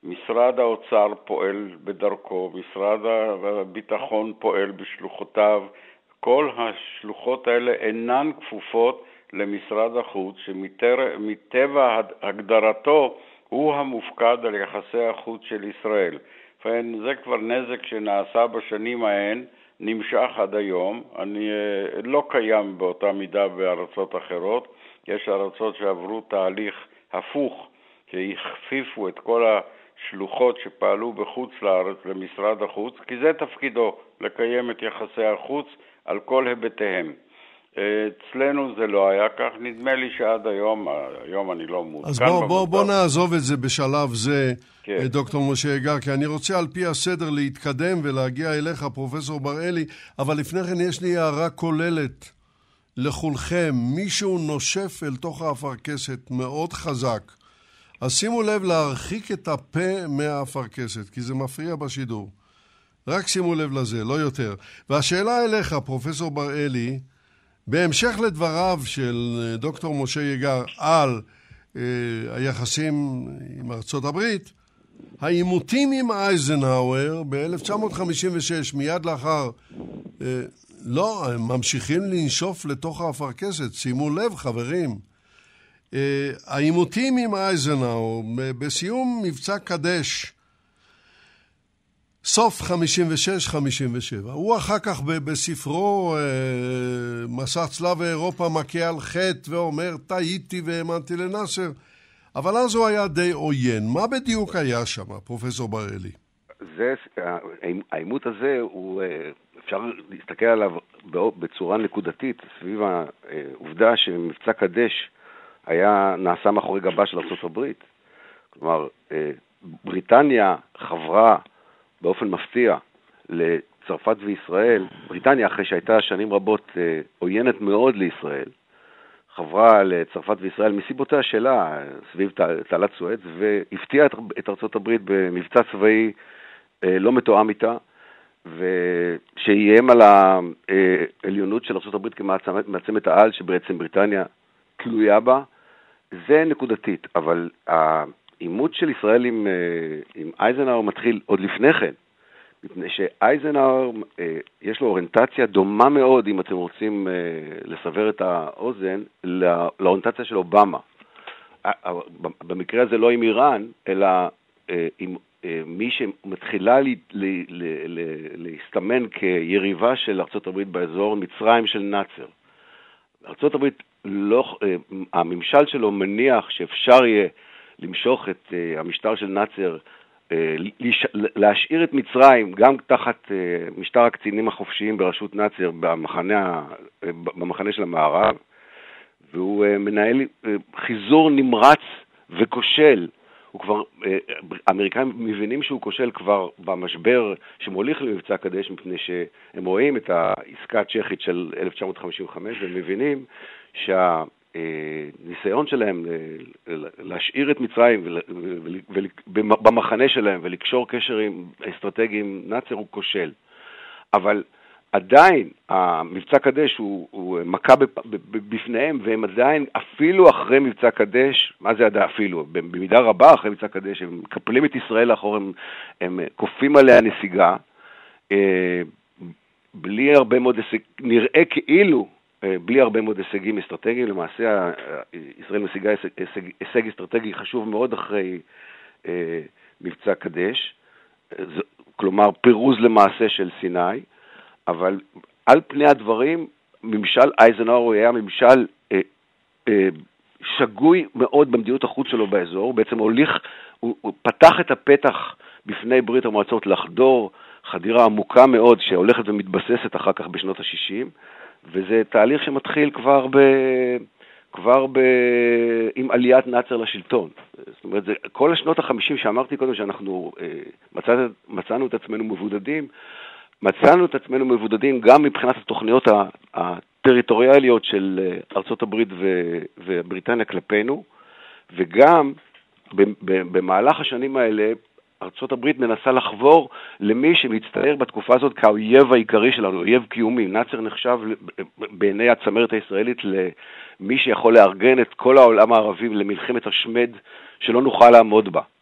משרד האוצר פועל בדרכו, משרד הביטחון פועל בשלוחותיו, כל השלוחות האלה אינן כפופות למשרד החוץ, שמטבע הגדרתו הוא המופקד על יחסי החוץ של ישראל. זה כבר נזק שנעשה בשנים ההן, נמשך עד היום. אני לא קיים באותה מידה בארצות אחרות. יש ארצות שעברו תהליך הפוך, שהכפיפו את כל השלוחות שפעלו בחוץ לארץ למשרד החוץ, כי זה תפקידו, לקיים את יחסי החוץ על כל היבטיהם. אצלנו זה לא היה כך, נדמה לי שעד היום, היום אני לא מעודכן. אז בוא, בוא, בוא נעזוב את זה בשלב זה, כן. דוקטור משה יגר, כי אני רוצה על פי הסדר להתקדם ולהגיע אליך, פרופסור בראלי, אבל לפני כן יש לי הערה כוללת לכולכם. מישהו נושף אל תוך האפרכסת מאוד חזק, אז שימו לב להרחיק את הפה מהאפרכסת, כי זה מפריע בשידור. רק שימו לב לזה, לא יותר. והשאלה אליך, פרופסור בראלי, בהמשך לדבריו של דוקטור משה יגר על אה, היחסים עם ארצות הברית, העימותים עם אייזנהאואר ב-אלף תשע מאות חמישים ושש, מיד לאחר, אה, לא, הם ממשיכים לנשוף לתוך האפרכסת, שימו לב חברים, אה, העימותים עם אייזנהאואר בסיום מבצע קדש, סוף חמישים ושש חמישים ושבע. הוא אחר כך בספרו מסע צלב אירופה מכה על חטא ואומר טעיתי והאמנתי לנאצר, אבל אז הוא היה די עוין. מה בדיוק היה שם, פרופסור בראלי? זה, העימות הזה, הוא, אפשר להסתכל עליו בצורה נקודתית סביב העובדה שמבצע קדש היה נעשה מאחורי גבה של ארצות הברית. כלומר, בריטניה חברה באופן מפתיע לצרפת וישראל. בריטניה, אחרי שהייתה שנים רבות עוינת מאוד לישראל, חברה לצרפת וישראל מסיבותיה שלה סביב תעלת סואץ, והפתיעה את ארצות הברית במבצע צבאי לא מתואם איתה, ושאיים על העליונות של ארצות הברית כמעצמת העל, שבעצם בריטניה תלויה בה. זה נקודתית, אבל העימות של ישראל עם, עם אייזנהאואר מתחיל עוד לפני כן, מפני שאייזנהאואר יש לו אוריינטציה דומה מאוד, אם אתם רוצים לסבר את האוזן, לאוריינטציה של אובמה. במקרה הזה לא עם איראן, אלא עם מי שמתחילה להסתמן כיריבה של ארצות הברית באזור, מצרים של נאצר. ארצות הברית, לא, הממשל שלו מניח שאפשר יהיה למשוך את המשטר של נאצר, להשאיר את מצרים גם תחת משטר הקצינים החופשיים בראשות נאצר במחנה, במחנה של המערב, והוא מנהל חיזור נמרץ וכושל. הוא כבר, האמריקאים מבינים שהוא כושל כבר במשבר שמוליך למבצע קדש, מפני שהם רואים את העסקה הצ'כית של אלף תשע מאות חמישים וחמש, והם מבינים שהניסיון שלהם להשאיר את מצרים במחנה שלהם ולקשור קשר אסטרטגי עם נאצר הוא כושל. אבל עדיין המבצע קדש הוא, הוא מכה בפניהם, והם עדיין, אפילו אחרי מבצע קדש, מה זה עדיין אפילו? במידה רבה אחרי מבצע קדש, הם מקפלים את ישראל לאחור, הם, הם כופים עליה נסיגה, אה, בלי הרבה מאוד הישג, נראה כאילו, אה, בלי הרבה מאוד הישגים אסטרטגיים, למעשה ישראל משיגה הישג, הישג, הישג אסטרטגי חשוב מאוד אחרי אה, מבצע קדש, זה, כלומר פירוז למעשה של סיני, אבל על פני הדברים, ממשל אייזנהאואר היה ממשל אה, אה, שגוי מאוד במדיניות החוץ שלו באזור, הוא בעצם הוליך, הוא, הוא פתח את הפתח בפני ברית המועצות לחדור חדירה עמוקה מאוד, שהולכת ומתבססת אחר כך בשנות ה-שישים, וזה תהליך שמתחיל כבר ב... כבר ב... עם עליית נאצר לשלטון. זאת אומרת, זה, כל השנות ה-חמישים שאמרתי קודם שאנחנו אה, מצא, מצאנו את עצמנו מבודדים, מצאנו את עצמנו מבודדים גם מבחינת התוכניות הטריטוריאליות של ארצות הברית ובריטניה כלפינו, וגם במהלך השנים האלה ארצות הברית מנסה לחבור למי שמצטער בתקופה הזאת כאויב העיקרי שלנו, אויב קיומי. נאצר נחשב בעיני הצמרת הישראלית למי שיכול לארגן את כל העולם הערבי למלחמת השמד שלא נוכל לעמוד בה.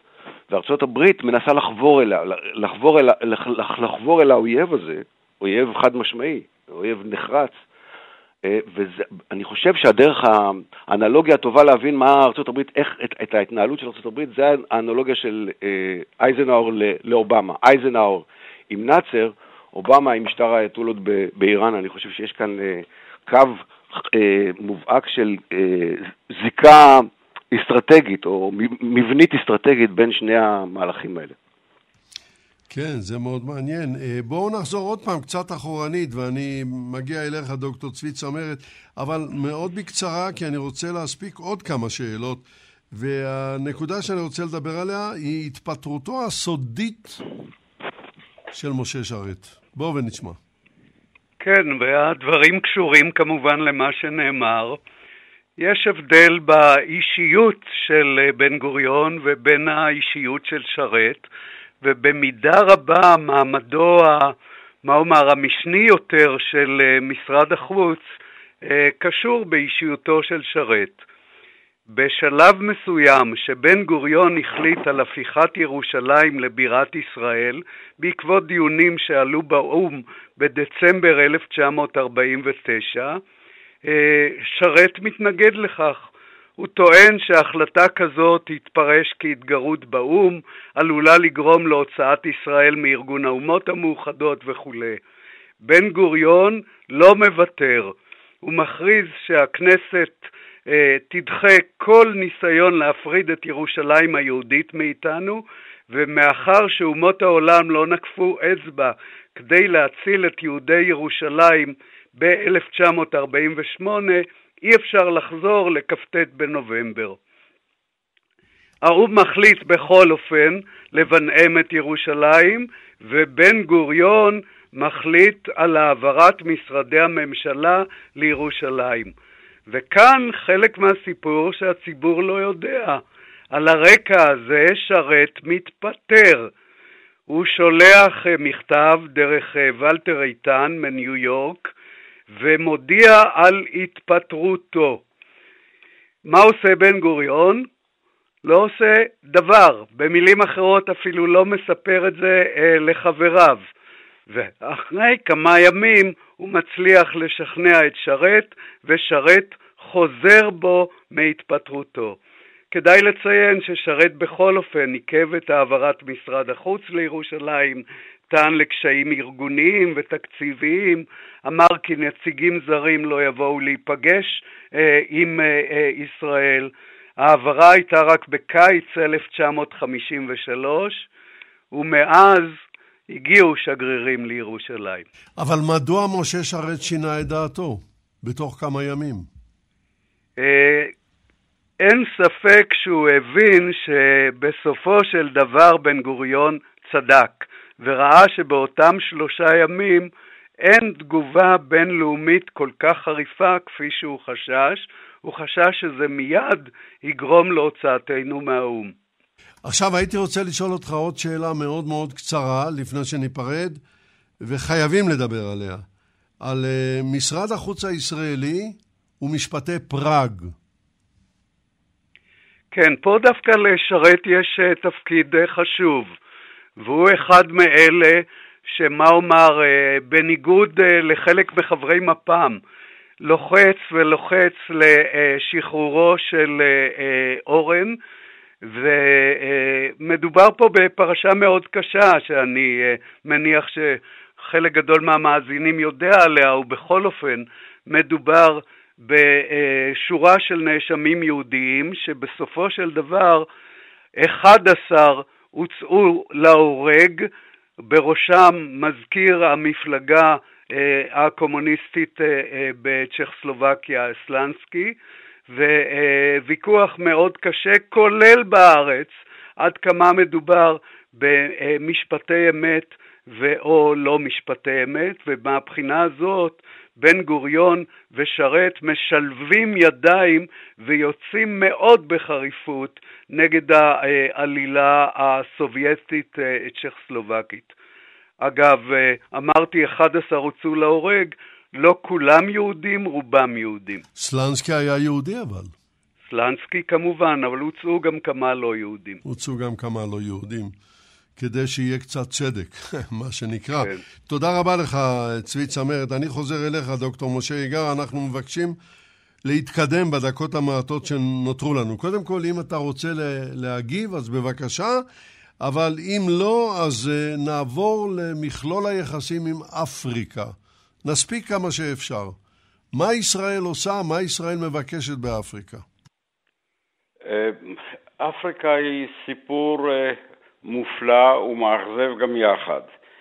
וארצות הברית מנסה לחבור אל, לחבור אל, לחבור אל האויב הזה, אויב חד משמעי, אויב נחרץ, ואני חושב שהדרך האנלוגיה הטובה להבין מה ארצות הברית, איך, את, את ההתנהלות של ארצות הברית, זה האנלוגיה של אייזנהאואר לאובמה. אייזנהאואר עם נאצר, אובמה עם משטר האייתולות באיראן. אני חושב שיש כאן קו מובהק של זיקה אסטרטגית, או מבנית אסטרטגית בין שני המהלכים האלה. כן, זה מאוד מעניין. בואו נחזור עוד פעם קצת אחורנית, ואני מגיע אליך, דוקטור צבי צמרת, אבל מאוד בקצרה, כי אני רוצה להספיק עוד כמה שאלות, והנקודה שאני רוצה לדבר עליה היא התפטרותו הסודית של משה שרת. בואו ונשמע. כן, והדברים קשורים כמובן למה שנאמר. יש הבדל באישיות של בן גוריון ובין האישיות של שרת, ובמידה רבה מעמדו, מה אומר, המשני יותר של משרד החוץ, קשור באישיותו של שרת. בשלב מסוים שבן גוריון החליט על הפיכת ירושלים לבירת ישראל, בעקבות דיונים שעלו באום בדצמבר אלף תשע מאות ארבעים ותשע, שרת מתנגד לכך. הוא טוען שהחלטה כזאת תתפרש כהתגרות באום, עלולה לגרום להוצאת ישראל מארגון האומות המאוחדות וכו'. בן גוריון לא מוותר. הוא מכריז שהכנסת אה, תדחה כל ניסיון להפריד את ירושלים היהודית מאיתנו, ומאחר שאומות העולם לא נקפו אצבע כדי להציל את יהודי ירושלים ב-אלף תשע מאות ארבעים ושמונה, אי אפשר לחזור לכ"ט בנובמבר. האו"ם מחליט בכל אופן לבנאם את ירושלים, ובן גוריון מחליט על העברת משרדי הממשלה לירושלים. וכאן חלק מהסיפור שהציבור לא יודע. על הרקע הזה שרת מתפטר. הוא שולח מכתב דרך ולטר איתן מניו יורק, ומודיע על התפטרותו. מה עושה בן גוריון? לא עושה דבר. במילים אחרות אפילו לא מספר את זה אה, לחבריו. ואחרי כמה ימים הוא מצליח לשכנע את שרת, ושרת חוזר בו מהתפטרותו. כדאי לציין ששרת בכל אופן עיכב את העברת משרד החוץ לירושלים, טען לקשיים ארגוניים ותקציביים, אמר כי נציגים זרים לא יבואו להיפגש אה, עם אה, אה, ישראל. העברה הייתה רק בקיץ אלף תשע מאות חמישים ושלוש, ומאז הגיעו שגרירים לירושלים. אבל מדוע משה שרת שינה את דעתו בתוך כמה ימים? אה, אין ספק שהוא הבין שבסופו של דבר בן גוריון צדק, וראה שבאותם שלושה ימים אין תגובה בינלאומית כל כך חריפה כפי שהוא חשש. הוא חשש שזה מיד יגרום להוצאתנו מהאום. עכשיו הייתי רוצה לשאול אותך עוד שאלה מאוד מאוד קצרה לפני שניפרד, וחייבים לדבר עליה. על uh, משרד החוץ הישראלי ומשפטי פראג. כן, פה דווקא לשרת יש uh, תפקיד uh, חשוב. והוא אחד מאלה שמה אומר, בניגוד לחלק מחברי מפ"ם, לוחץ ולוחץ לשחרורו של אורן, ומדובר פה בפרשה מאוד קשה, שאני מניח שחלק גדול מהמאזינים יודע עליה, ובכל אופן מדובר בשורה של נאשמים יהודיים, שבסופו של דבר אחד עשר הוצאו להורג, בראשם מזכיר המפלגה אה, הקומוניסטית אה, אה, בצ'כוסלובקיה, סלנסקי, וויכוח מאוד קשה, כולל בארץ, עד כמה מדובר במשפטי אמת ואו לא משפטי אמת, ומהבחינה הזאת בן גוריון ושרת משלבים ידיים ויוצאים מאוד בחריפות נגד העלילה הסובייטית צ'כוסלובקית. אגב, אמרתי אחד עשר הוצאו להורג, לא כולם יהודים, רובם יהודים. סלנסקי היה יהודי אבל. שפלנסקי כמובן, אבל הוצאו גם כמה לא יהודים. הוצאו גם כמה לא יהודים, כדי שיהיה קצת צדק, מה שנקרא. כן. תודה רבה לך, צבי צמרת. אני חוזר אליך, דוקטור משה יגר. אנחנו מבקשים להתקדם בדקות המעטות שנותרו לנו. קודם כל, אם אתה רוצה להגיב, אז בבקשה, אבל אם לא, אז נעבור למכלול היחסים עם אפריקה. נספיק כמה שאפשר. מה ישראל עושה? מה ישראל מבקשת באפריקה? אפריקה היא סיפור מופלא ומאכזב גם יחד.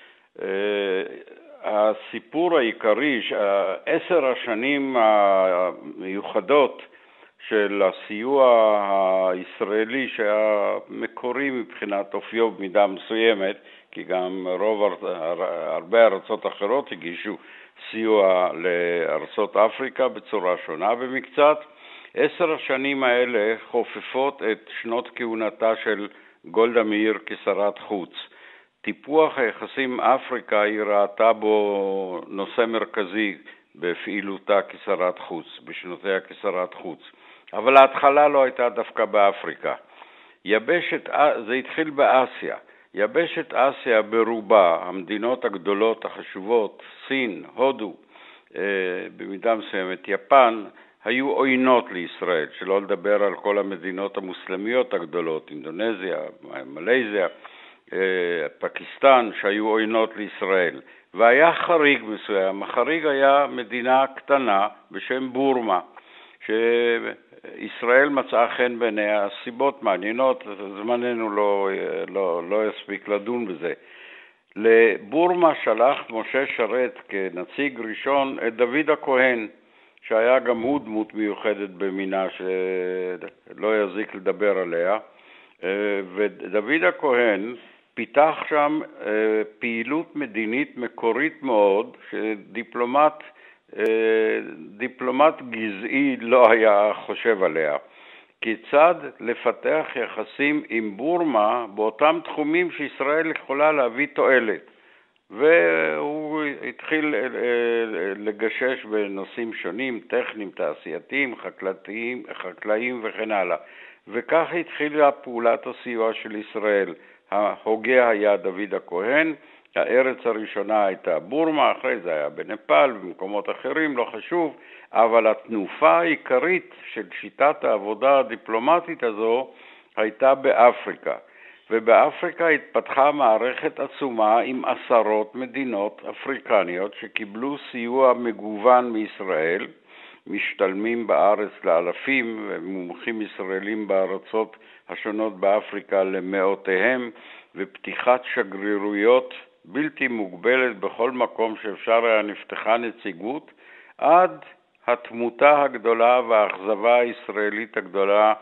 הסיפור העיקרי, עשר השנים המיוחדות של הסיוע הישראלי שהיה מקורי מבחינת אופיו במידה מסוימת, כי גם רוב, הרבה ארצות אחרות הגישו סיוע לארצות אפריקה בצורה שונה במקצת. עשר השנים האלה חופפות את שנות כהונתה של גולדה מאיר כשרת חוץ. טיפוח היחסים אפריקה היא ראתה בו נושא מרכזי בפעילותה כשרת חוץ, בשנותיה כשרת חוץ. אבל ההתחלה לא הייתה דווקא באפריקה. יבשת, זה התחיל באסיה. יבשת אסיה ברובה, המדינות הגדולות החשובות, סין, הודו, במידה מסוימת יפן, היו עוינות לישראל, שלא לדבר על כל המדינות המוסלמיות הגדולות, אינדונזיה, מלזיה, פקיסטן, שהיו עוינות לישראל. והיה חריג מסוים, החריג היה מדינה קטנה בשם בורמה, שישראל מצאה חן בעיניה, סיבות מעניינות, זמננו לא, לא, לא יספיק לדון בזה. לבורמה שלח משה שרת כנציג ראשון את דוד הכהן, שהיה גם הוא דמות מיוחדת במינה שלא יזיק לדבר עליה, ודוד הכהן פיתח שם פעילות מדינית מקורית מאוד, שדיפלומט דיפלומט גזעי לא היה חושב עליה. כיצד לפתח יחסים עם בורמה באותם תחומים שישראל יכולה להביא תועלת. והוא התחיל לגשש בנושאים שונים, טכניים, תעשייתיים, חקלאיים, חקלאיים וכן הלאה. וכך התחילה פעולת הסיוע של ישראל. ההוגה היה דוד הכהן, הארץ הראשונה הייתה בורמה, אחרי זה היה בנפאל ובמקומות אחרים, לא חשוב, אבל התנופה העיקרית של שיטת העבודה הדיפלומטית הזו הייתה באפריקה. ובאפריקה התפתחה מערכת עצומה עם עשרות מדינות אפריקניות שקיבלו סיוע מגוון מישראל, משתלמים בארץ לאלפים ומומחים ישראלים בארצות השונות באפריקה למאותיהם, ופתיחת שגרירויות בלתי מוגבלת בכל מקום שאפשר היה נפתחה נציגות, עד התמותה הגדולה והאכזבה הישראלית הגדולה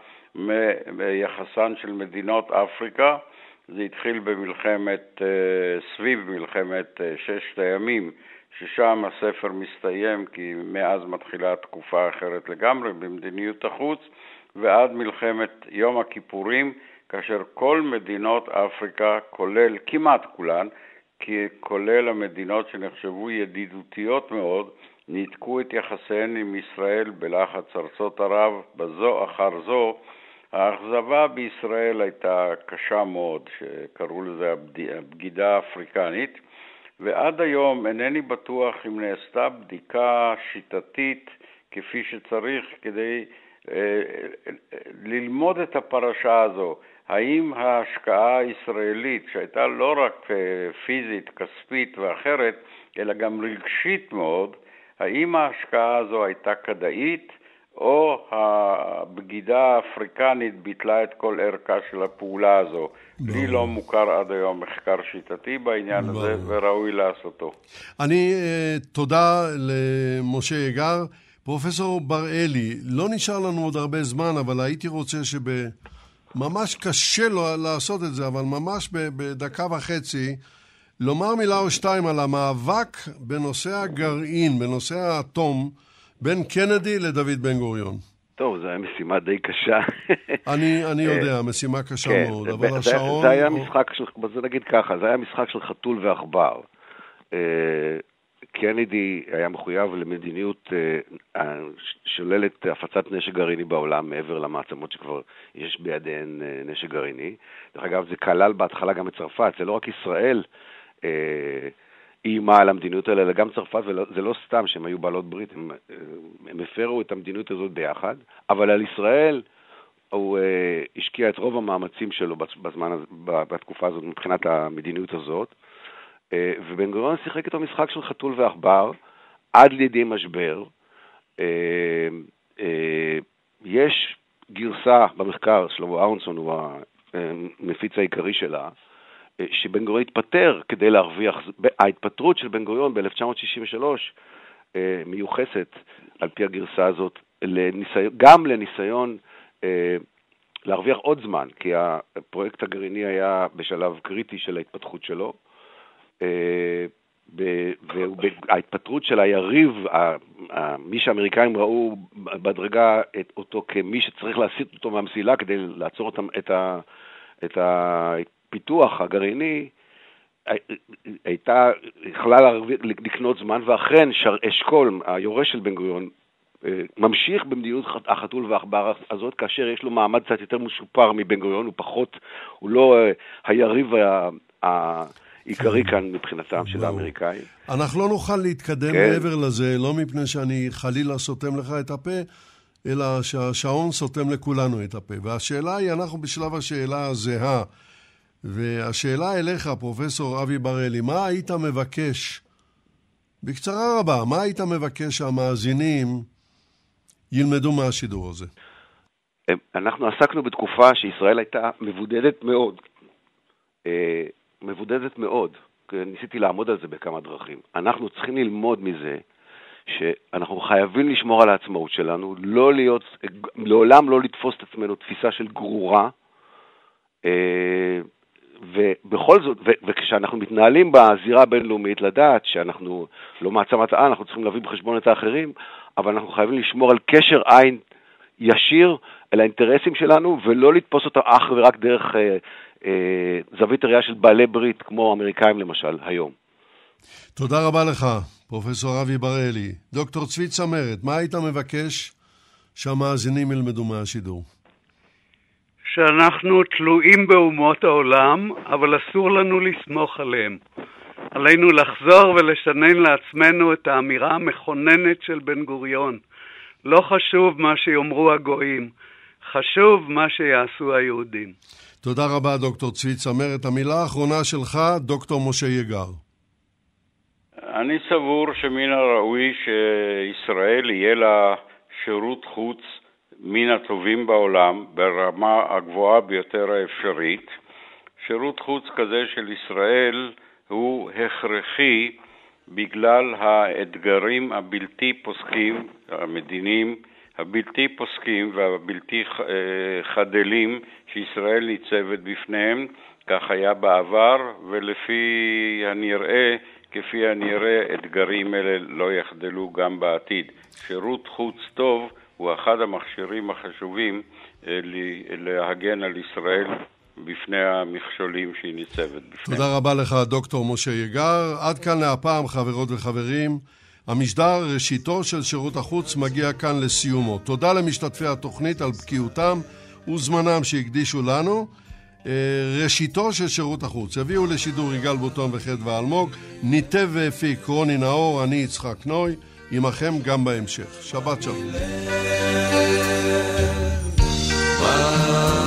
מיחסן של מדינות אפריקה. זה התחיל במלחמת, סביב מלחמת ששת הימים, ששם הספר מסתיים, כי מאז מתחילה תקופה אחרת לגמרי במדיניות החוץ, ועד מלחמת יום הכיפורים, כאשר כל מדינות אפריקה, כולל, כמעט כולן, כי כולל המדינות שנחשבו ידידותיות מאוד, ניתקו את יחסיהן עם ישראל בלחץ ארצות ערב בזו אחר זו. האכזבה בישראל הייתה קשה מאוד, שקראו לזה הבגידה האפריקנית, ועד היום אינני בטוח אם נעשתה בדיקה שיטתית כפי שצריך כדי אה, ללמוד את הפרשה הזו. האם ההשקעה הישראלית, שהייתה לא רק פיזית, כספית ואחרת, אלא גם רגשית מאוד, האם ההשקעה הזו הייתה כדאית, או הבגידה האפריקנית ביטלה את כל ערכה של הפעולה הזו. לי לא מוכר עד היום מחקר שיטתי בעניין הזה, וראוי לעשותו. אני, תודה למשה יגר. פרופסור בראלי, לא נשאר לנו עוד הרבה זמן, אבל הייתי רוצה שב... ממש קשה לו לעשות את זה, אבל ממש בדקה וחצי, לומר מילה או שתיים על המאבק בנושא הגרעין, בנושא האטום, בין קנדי לדוד בן גוריון. טוב, זו הייתה משימה די קשה. אני, אני יודע, משימה קשה כן, מאוד, זה, אבל זה, השעון... זה היה או... משחק של, בוא נגיד ככה, זה היה משחק של חתול ועכבר. קנדי היה מחויב למדיניות שוללת הפצת נשק גרעיני בעולם, מעבר למעצמות שכבר יש בידיהן נשק גרעיני. דרך אגב, זה כלל בהתחלה גם את צרפת, זה לא רק ישראל איימה על המדיניות האלה, אלא גם צרפת, וזה לא סתם שהם היו בעלות ברית, הם, הם הפרו את המדיניות הזאת ביחד, אבל על ישראל הוא השקיע את רוב המאמצים שלו בזמן, בתקופה הזאת, מבחינת המדיניות הזאת, ובן גוריון שיחק איתו משחק של חתול ועכבר, עד לידי משבר. יש גרסה במחקר, שלמה אהרונסון הוא המפיץ העיקרי שלה, שבן גוריון התפטר כדי להרוויח, ההתפטרות של בן גוריון ב-אלף תשע מאות שישים ושלוש מיוחסת על פי הגרסה הזאת, לניסיון, גם לניסיון להרוויח עוד זמן, כי הפרויקט הגרעיני היה בשלב קריטי של ההתפתחות שלו, וההתפטרות של היריב, מי שהאמריקאים ראו בדרגה אותו כמי שצריך להסיט אותו מהמסילה כדי לעצור אותם את הפיתוח הגרעיני, הייתה, יכלה לקנות זמן, ואכן אשכול, היורש של בן גוריון, ממשיך במדיניות החתול והעכבר הזאת, כאשר יש לו מעמד קצת יותר משופר מבן גוריון, הוא פחות, הוא לא היריב העיקרי כאן מבחינתם של האמריקאים. אנחנו לא נוכל להתקדם מעבר לזה, לא מפני שאני חלילה סותם לך את הפה, אלא שהשעון סותם לכולנו את הפה. והשאלה היא, אנחנו בשלב השאלה הזהה, והשאלה אליך, פרופסור אבי בר-אלי, מה היית מבקש, בקצרה רבה, מה היית מבקש שהמאזינים ילמדו מהשידור הזה? אנחנו עסקנו בתקופה שישראל הייתה מבודדת מאוד. מבודדת מאוד. ניסיתי לעמוד על זה בכמה דרכים. אנחנו צריכים ללמוד מזה שאנחנו חייבים לשמור על העצמאות שלנו, לא להיות, לעולם לא לתפוס את עצמנו תפיסה של גרורה, ובכל זאת, וכשאנחנו מתנהלים בזירה הבינלאומית, לדעת שאנחנו לא מעצמת העל, אנחנו צריכים להביא בחשבון את האחרים, אבל אנחנו חייבים לשמור על קשר עין ישיר אל האינטרסים שלנו, ולא לתפוס אותם אך ורק דרך אה, אה, זווית הראייה של בעלי ברית, כמו האמריקאים למשל, היום. תודה רבה לך, פרופסור אבי בר-אלי. דוקטור צבי צמרת, מה היית מבקש שהמאזינים ילמדו מהשידור? שאנחנו תלויים באומות העולם, אבל אסור לנו לסמוך עליהם. עלינו לחזור ולשנן לעצמנו את האמירה המכוננת של בן גוריון. לא חשוב מה שיאמרו הגויים, חשוב מה שיעשו היהודים. תודה רבה, דוקטור צבי צמרת. המילה האחרונה שלך, דוקטור משה יגר. אני סבור שמן הראוי שישראל יהיה לה שירות חוץ מן הטובים בעולם, ברמה הגבוהה ביותר האפשרית. שירות חוץ כזה של ישראל הוא הכרחי בגלל האתגרים הבלתי פוסקים, המדיניים הבלתי פוסקים והבלתי חדלים שישראל ניצבת בפניהם. כך היה בעבר, ולפי הנראה, כפי הנראה, אתגרים אלה לא יחדלו גם בעתיד. שירות חוץ טוב הוא אחד המכשירים החשובים להגן על ישראל בפני המכשולים שהיא ניצבת בפניהם. תודה רבה לך, דוקטור משה יגר. עד כאן להפעם, חברות וחברים. המשדר ראשיתו של שירות החוץ מגיע כאן לסיומו. תודה למשתתפי התוכנית על בקיאותם וזמנם שהקדישו לנו. ראשיתו של שירות החוץ הביאו לשידור יגאל בוטון וחדווה אלמוג, ניתב והפיק רוני נאור, אני יצחק נוי, עמכם גם בהמשך. שבת שלום.